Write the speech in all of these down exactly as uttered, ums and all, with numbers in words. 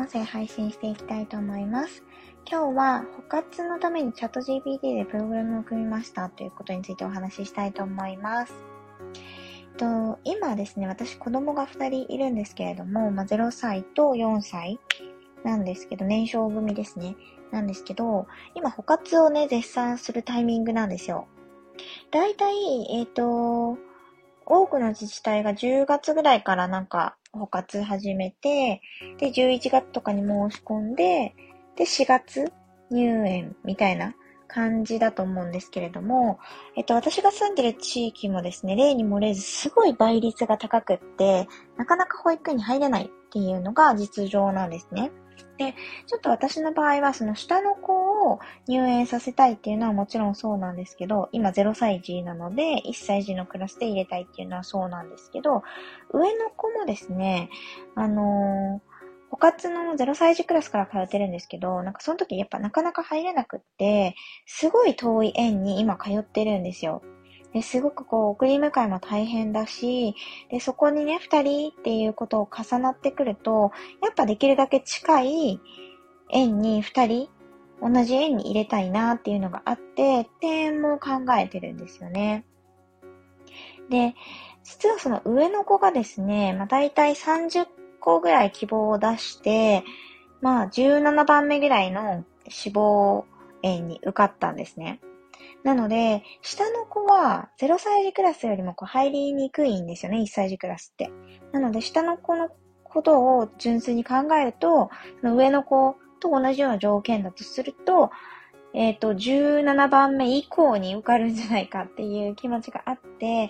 声配信していきたいと思います。今日は補活のためにチャット ジーピーティー でプログラムを組みましたということについてお話ししたいと思います。と今ですね、私子供がふたりいるんですけれども、まあ、ゼロさいとよんさいなんですけど、年少組ですね。なんですけど、今補活をね、絶賛するタイミングなんですよ。だいたい、えっと、多くの自治体がじゅうがつぐらいからなんか補活始めて、で、じゅういちがつとかに申し込んで、で、しがつ入園みたいな感じだと思うんですけれども、えっと、私が住んでる地域もですね、例に漏れずすごい倍率が高くって、なかなか保育園に入れないっていうのが実情なんですね。で、ちょっと私の場合は、その下の子を入園させたいっていうのはもちろんそうなんですけど、今ゼロさい児なので、いっさい児のクラスで入れたいっていうのはそうなんですけど、上の子もですね、あのー、補活のゼロさい児クラスから通ってるんですけど、なんかその時やっぱなかなか入れなくって、すごい遠い園に今通ってるんですよ。ですごくこう送り迎えも大変だし、でそこにね二人っていうことを重なってくると、やっぱできるだけ近い園に二人同じ園に入れたいなっていうのがあって、転園も考えてるんですよね。で、実はその上の子がですね、まあ大体さんじゅっこぐらい希望を出して、まあじゅうななばんめぐらいの志望園に受かったんですね。なので、下の子はゼロさい児クラスよりもこう入りにくいんですよね、いっさい児クラスって。なので、下の子のことを純粋に考えると、その上の子と同じような条件だとすると、えっと、じゅうななばんめ以降に受かるんじゃないかっていう気持ちがあって、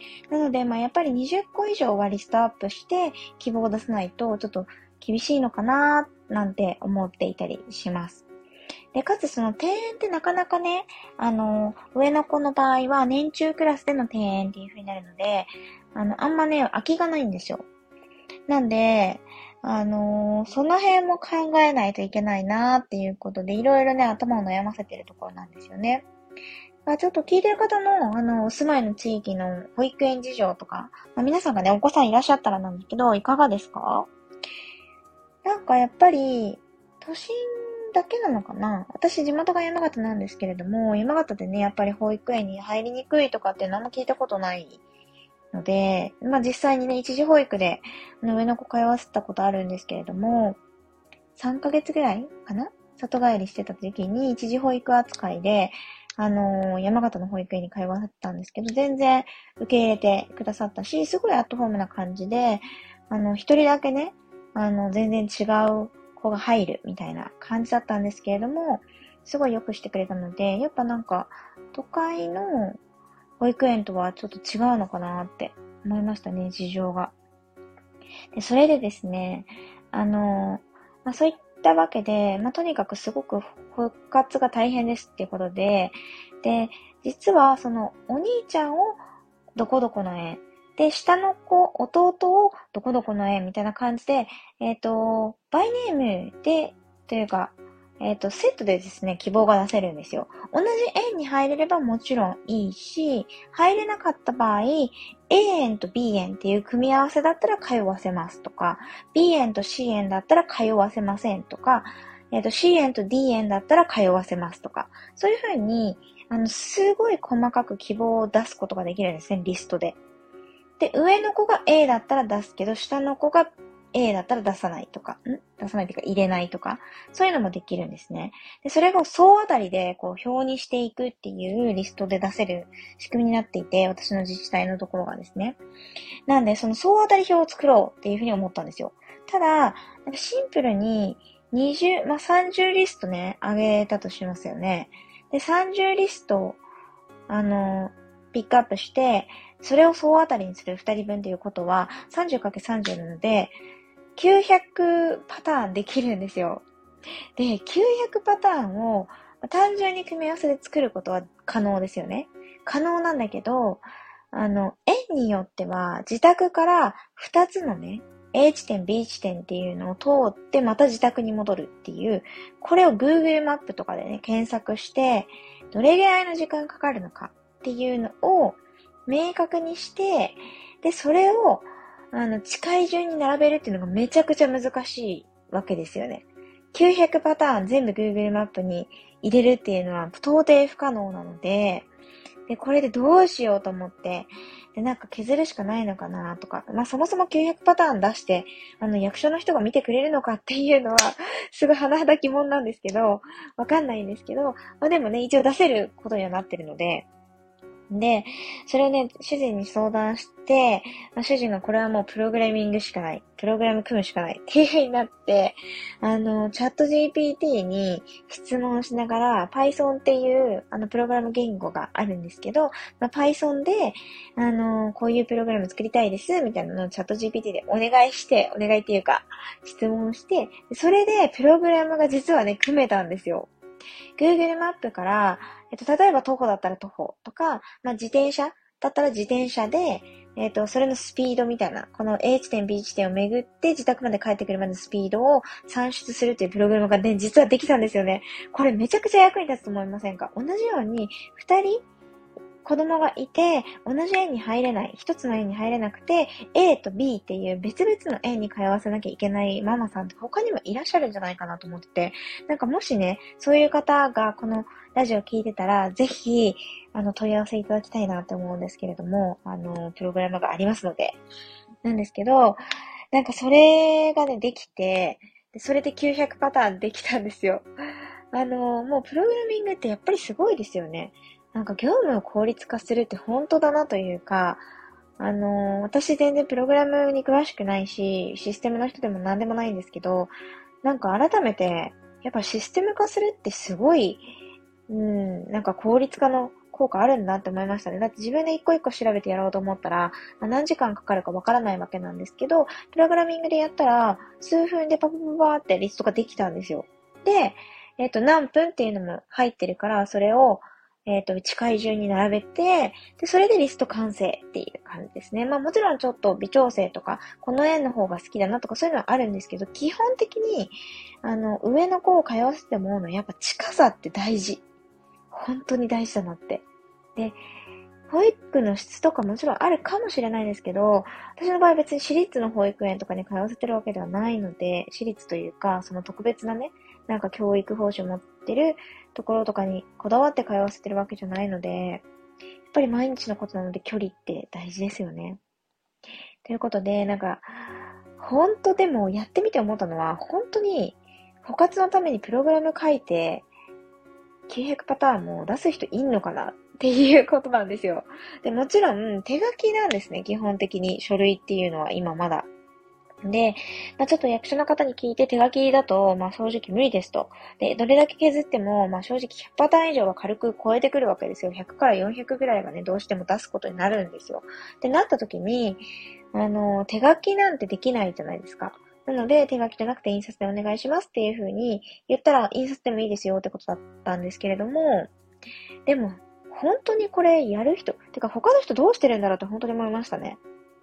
なので、まあやっぱりにじゅっこ以上はリストアップして希望を出さないとちょっと厳しいのかななんて思っていたりします。で、かつその転園ってなかなかね、あの、上の子の場合は年中クラスでの転園っていう風になるので、あの、あんまね、空きがないんですよ。なんで、あのー、その辺も考えないといけないなーっていうことで、いろいろね、頭を悩ませてるところなんですよね。まあ、ちょっと聞いてる方の、あの、お住まいの地域の保育園事情とか、まあ、皆さんがね、お子さんいらっしゃったらなんですけど、いかがですか？なんかやっぱり、都心だけなのかな？私地元が山形なんですけれども、山形でね、やっぱり保育園に入りにくいとかって何も聞いたことないので、まあ実際にね、一時保育で上の子通わせたことあるんですけれども、さんかげつぐらいかな？里帰りしてた時期に一時保育扱いで、あのー、山形の保育園に通わせたんですけど、全然受け入れてくださったし、すごいアットホームな感じで、あの、一人だけね、あの、全然違う子が入るみたいな感じだったんですけれども、すごい良くしてくれたので、やっぱなんか、都会の保育園とはちょっと違うのかなって思いましたね、事情が。で、それでですね、あの、まあ、そういったわけで、まあ、とにかくすごく復活が大変ですっていうことで、で、実はそのお兄ちゃんをどこどこの園、で、下の子、弟をどこどこの園みたいな感じで、えっと、バイネームで、というか、えっと、セットでですね、希望が出せるんですよ。同じ園に入れればもちろんいいし、入れなかった場合、A 園と B 園っていう組み合わせだったら通わせますとか、B 園と C 園だったら通わせませんとか、えっと、C 園と D 園だったら通わせますとか、そういうふうに、あの、すごい細かく希望を出すことができるんですね、リストで。で、上の子が A だったら出すけど、下の子が A だったら出さないとか、ん出さないというか入れないとか、そういうのもできるんですね。で、それが総当たりでこう表にしていくっていうリストで出せる仕組みになっていて、私の自治体のところがですね。なんで、その総当たり表を作ろうっていうふうに思ったんですよ。ただ、なんかシンプルににじゅう、まあ、さんじゅうリストね、あげたとしますよね。で、さんじゅうリスト、あの、ピックアップして、それを総当たりにするふたりぶんということは さんじゅうかけるさんじゅう なのできゅうひゃくパターンできるんですよ。で、きゅうひゃくパターンを単純に組み合わせで作ることは可能ですよね。可能なんだけど、あの、園によっては自宅からふたつのね、A 地点、B 地点っていうのを通ってまた自宅に戻るっていう、これを Google マップとかでね、検索して、どれぐらいの時間かかるのかっていうのを明確にして、で、それを、あの、近い順に並べるっていうのがめちゃくちゃ難しいわけですよね。 きゅうひゃくパターン全部 Google マップに入れるっていうのは到底不可能なので、で、これでどうしようと思って、で、なんか削るしかないのかなとか、まあそもそもきゅうひゃくパターン出して、あの役所の人が見てくれるのかっていうのは、すごい甚だ疑問なんですけど、わかんないんですけど、まあでもね、一応出せることにはなってるので、で、それをね、主人に相談して、まあ、主人がこれはもうプログラミングしかない。プログラム組むしかないっていう風になって、あの、チャット ジーピーティー に質問しながら、Python っていう、あの、プログラム言語があるんですけど、まあ、Python で、あの、こういうプログラム作りたいです、みたいなのをチャット ジーピーティー でお願いして、お願いっていうか、質問して、それでプログラムが実はね、組めたんですよ。Google マップから、えっと、例えば徒歩だったら徒歩とか、まあ、自転車だったら自転車で、えっと、それのスピードみたいな、この A 地点、B 地点を巡って自宅まで帰ってくるまでのスピードを算出するというプログラムがね、実はできたんですよね。これめちゃくちゃ役に立つと思いませんか？同じように、二人、子供がいて、同じ園に入れない、一つの園に入れなくて、A と B っていう別々の園に通わせなきゃいけないママさんって他にもいらっしゃるんじゃないかなと思ってて、なんかもしね、そういう方がこのラジオ聞いてたら、ぜひ、あの、問い合わせいただきたいなって思うんですけれども、あの、プログラムがありますので。なんですけど、なんかそれがね、できて、でそれできゅうひゃくパターンできたんですよ。あの、もうプログラミングってやっぱりすごいですよね。なんか業務を効率化するって本当だなというか、あの、私全然プログラムに詳しくないし、システムの人でも何でもないんですけど、なんか改めて、やっぱシステム化するってすごい、うん、なんか効率化の効果あるんだって思いましたね。だって自分で一個一個調べてやろうと思ったら、まあ、何時間かかるかわからないわけなんですけど、プログラミングでやったら、数分でパパパパってリストができたんですよ。で、えっと、何分っていうのも入ってるから、それを、えっと、近い順に並べて、で、それでリスト完成っていう感じですね。まあもちろんちょっと微調整とか、この円の方が好きだなとかそういうのはあるんですけど、基本的に、あの、上の子を通わせてもらうのはやっぱ近さって大事。本当に大事だなって。で、保育の質とかもちろんあるかもしれないですけど、私の場合別に私立の保育園とかに通わせてるわけではないので、私立というか、その特別なね、なんか教育報酬を持ってるところとかにこだわって通わせてるわけじゃないので、やっぱり毎日のことなので距離って大事ですよね。ということで、なんか、本当でもやってみて思ったのは、本当に、補活のためにプログラム書いて、きゅうひゃくパターンも出す人いんのかなっていうことなんですよ。で、もちろん手書きなんですね、基本的に書類っていうのは今まだ。で、まあ、ちょっと役所の方に聞いて手書きだと、まあ、正直無理ですと。で、どれだけ削っても、まあ、正直ひゃくパターン以上は軽く超えてくるわけですよ。ひゃくからよんひゃくぐらいはね、どうしても出すことになるんですよ。ってなった時に、あの、手書きなんてできないじゃないですか。なので、手書きじゃなくて印刷でお願いしますっていう風に言ったら、印刷でもいいですよってことだったんですけれども、でも、本当にこれやる人、てか他の人どうしてるんだろうって本当に思いましたね。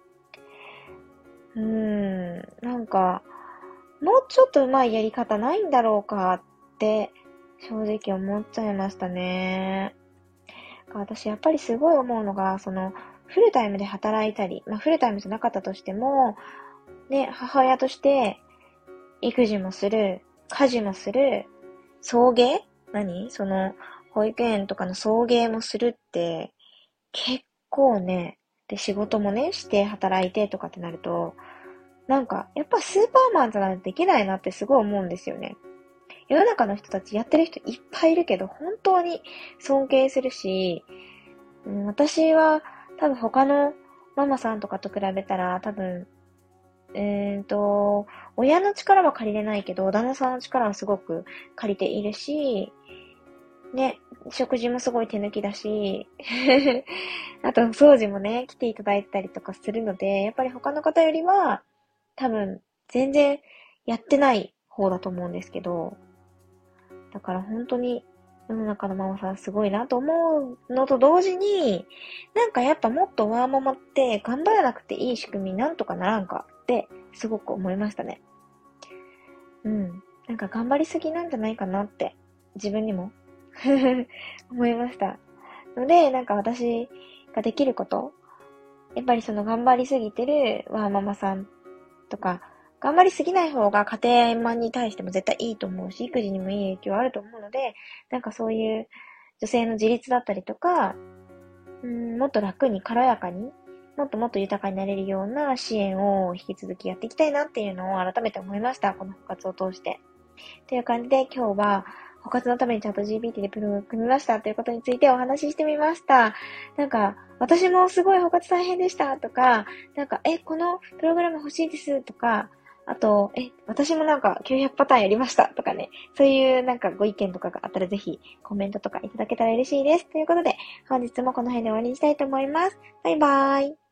うーん、なんか、もうちょっと上手いやり方ないんだろうかって正直思っちゃいましたね。私やっぱりすごい思うのが、その、フルタイムで働いたり、まあフルタイムじゃなかったとしても、ね、母親として育児もする、家事もする、送迎何その、保育園とかの送迎もするって、結構ね、で、仕事もね、して働いてとかってなると、なんか、やっぱスーパーマンじゃないとできないなってすごい思うんですよね。世の中の人たちやってる人いっぱいいるけど、本当に尊敬するし、うん、私は多分他のママさんとかと比べたら多分、えーと、親の力は借りれないけど、旦那さんの力はすごく借りているし、ね、食事もすごい手抜きだし、あと掃除もね、来ていただいたりとかするので、やっぱり他の方よりは、多分、全然やってない方だと思うんですけど、だから本当に世の中のママさんすごいなと思うのと同時に、なんかやっぱもっとワーママって頑張らなくていい仕組みなんとかならんかってすごく思いましたね。うん。なんか頑張りすぎなんじゃないかなって自分にも思いました。ので、なんか私ができること、やっぱりその頑張りすぎてるワーママさんとか、 頑張りすぎない方が家庭円満に対しても絶対いいと思うし、育児にもいい影響あると思うので、なんかそういう女性の自立だったりとか、うん、もっと楽に軽やかに、もっともっと豊かになれるような支援を引き続きやっていきたいなっていうのを改めて思いました。この保活を通して。という感じで今日は保活のためにチャット ジーピーティー でプログラムを組みましたということについてお話ししてみました。なんか、私もすごい保活大変でしたとか、なんか、え、このプログラム欲しいですとか、あと、え、私もなんかきゅうひゃくパターンやりましたとかね、そういうなんかご意見とかがあったらぜひコメントとかいただけたら嬉しいです。ということで、本日もこの辺で終わりにしたいと思います。バイバーイ。